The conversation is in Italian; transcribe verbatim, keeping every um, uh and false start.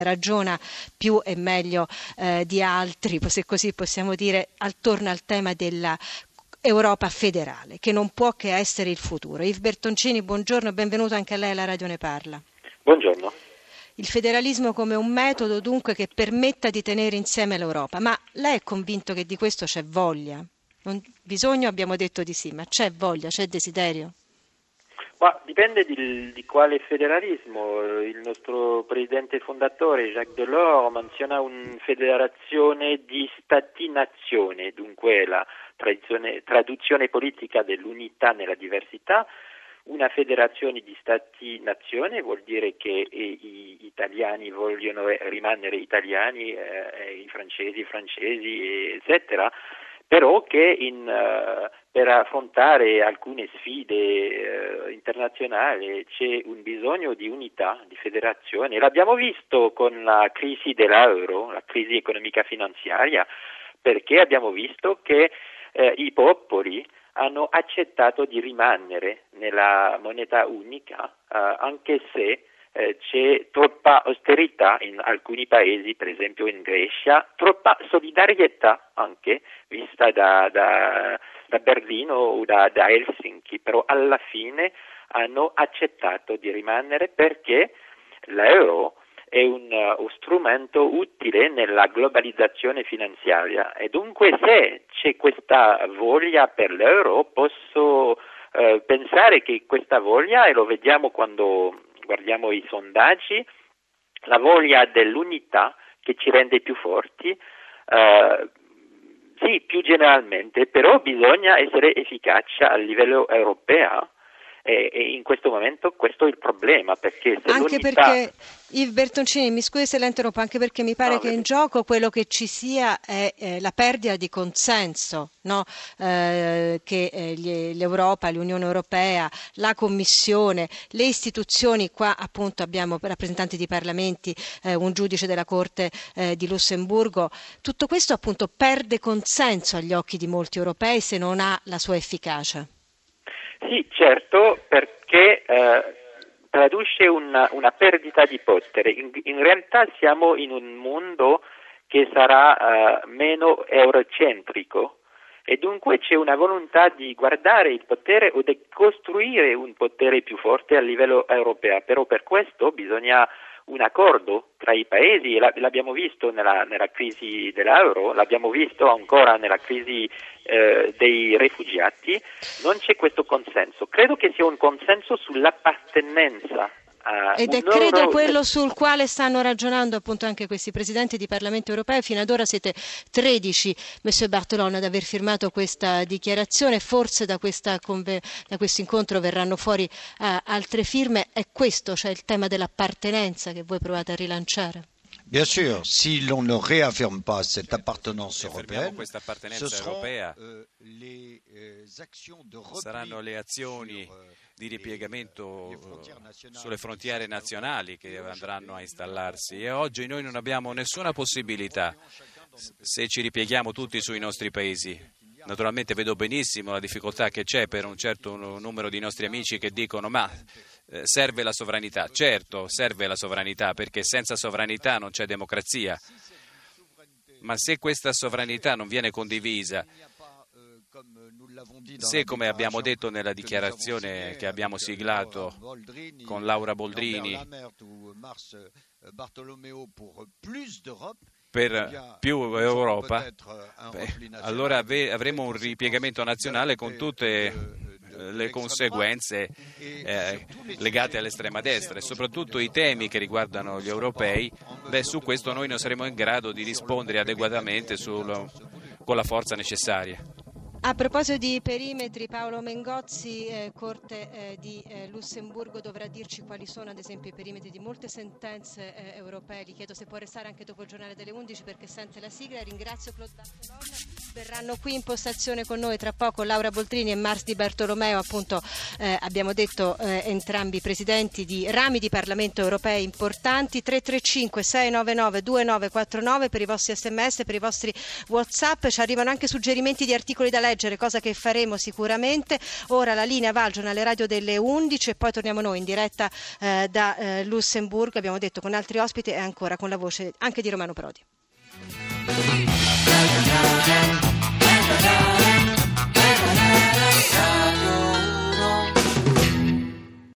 ragiona più e meglio eh, di altri, se così possiamo dire, attorno al tema della Europa federale, che non può che essere il futuro. Yves Bertoncini, buongiorno e benvenuto anche a lei alla Radio Ne Parla. Buongiorno. Il federalismo come un metodo dunque che permetta di tenere insieme l'Europa, ma lei è convinto che di questo c'è voglia? Non bisogno, abbiamo detto di sì, ma c'è voglia, c'è desiderio? Ma dipende di, di quale federalismo. Il nostro presidente fondatore Jacques Delors menziona una federazione di stati-nazione, dunque la traduzione politica dell'unità nella diversità. Una federazione di stati-nazione vuol dire che gli italiani vogliono rimanere italiani, eh, i francesi francesi, eccetera, però che in, uh, per affrontare alcune sfide uh, internazionali c'è un bisogno di unità, di federazione. L'abbiamo visto con la crisi dell'euro, la crisi economica finanziaria, perché abbiamo visto che uh, i popoli hanno accettato di rimanere nella moneta unica, uh, anche se eh, c'è troppa austerità in alcuni paesi, per esempio in Grecia, troppa solidarietà anche vista da, da, da Berlino o da, da Helsinki, però alla fine hanno accettato di rimanere perché l'euro è un uh, strumento utile nella globalizzazione finanziaria e dunque se c'è questa voglia per l'euro posso uh, pensare che questa voglia, e lo vediamo quando guardiamo i sondaggi, la voglia dell'unità che ci rende più forti, uh, sì, più generalmente, però bisogna essere efficaci a livello europeo. E in questo momento questo è il problema, perché se anche l'unità... perché Yves Bertoncini, mi scusi se la interrompo, anche perché mi pare no, che vedi. in gioco quello che ci sia è eh, la perdita di consenso, no? eh, che eh, gli, l'Europa, l'Unione Europea, la Commissione, le istituzioni, qua appunto abbiamo rappresentanti di parlamenti, eh, un giudice della Corte eh, di Lussemburgo, tutto questo appunto perde consenso agli occhi di molti europei se non ha la sua efficacia. Sì, certo, perché eh, traduce una, una perdita di potere. In, in realtà siamo in un mondo che sarà uh, meno eurocentrico e dunque c'è una volontà di guardare il potere o di costruire un potere più forte a livello europeo, però per questo bisogna un accordo tra i paesi, l'abbiamo visto nella, nella crisi dell'euro, l'abbiamo visto ancora nella crisi eh, dei rifugiati, non c'è questo consenso. Credo che sia un consenso sull'appartenenza. Uh, Ed è credo euro... quello sul quale stanno ragionando appunto anche questi presidenti di Parlamento europeo. Fino ad ora siete tredici, Monsieur Bartolone, ad aver firmato questa dichiarazione, forse da, questa conve... da questo incontro verranno fuori uh, altre firme. È questo, cioè il tema dell'appartenenza, che voi provate a rilanciare? Bien sûr, si l'on ne réaffirme pas cette appartenance européenne, questa appartenenza ce europea, seront, euh, les, euh, actions de repli saranno le azioni sur, euh, di ripiegamento sulle frontiere nazionali che andranno a installarsi, e oggi noi non abbiamo nessuna possibilità se ci ripieghiamo tutti sui nostri paesi. Naturalmente vedo benissimo la difficoltà che c'è per un certo numero di nostri amici che dicono ma eh, serve la sovranità. Certo, serve la sovranità, perché senza sovranità non c'è democrazia, ma se questa sovranità non viene condivisa, se, come abbiamo detto nella dichiarazione che abbiamo siglato con Laura Boldrini, per più Europa, beh, allora avremo un ripiegamento nazionale con tutte le conseguenze eh, legate all'estrema destra e soprattutto i temi che riguardano gli europei. Beh, su questo noi non saremo in grado di rispondere adeguatamente sul, con la forza necessaria. A proposito di perimetri, Paolo Mengozzi, eh, Corte eh, di eh, Lussemburgo, dovrà dirci quali sono ad esempio i perimetri di molte sentenze eh, europee. Gli chiedo se può restare anche dopo il giornale delle undici perché sente la sigla. Ringrazio Claude Bartolone. Verranno qui in postazione con noi tra poco Laura Boldrini e Mars Di Bartolomeo, appunto eh, abbiamo detto eh, entrambi presidenti di rami di Parlamento europei importanti. Tre tre cinque sei nove nove due nove quattro nove per i vostri sms, per i vostri WhatsApp. Ci arrivano anche suggerimenti di articoli da leggere leggere, cosa che faremo sicuramente. Ora la linea va al giornale radio delle undici e poi torniamo noi in diretta eh, da eh, Lussemburgo, abbiamo detto con altri ospiti e ancora con la voce anche di Romano Prodi.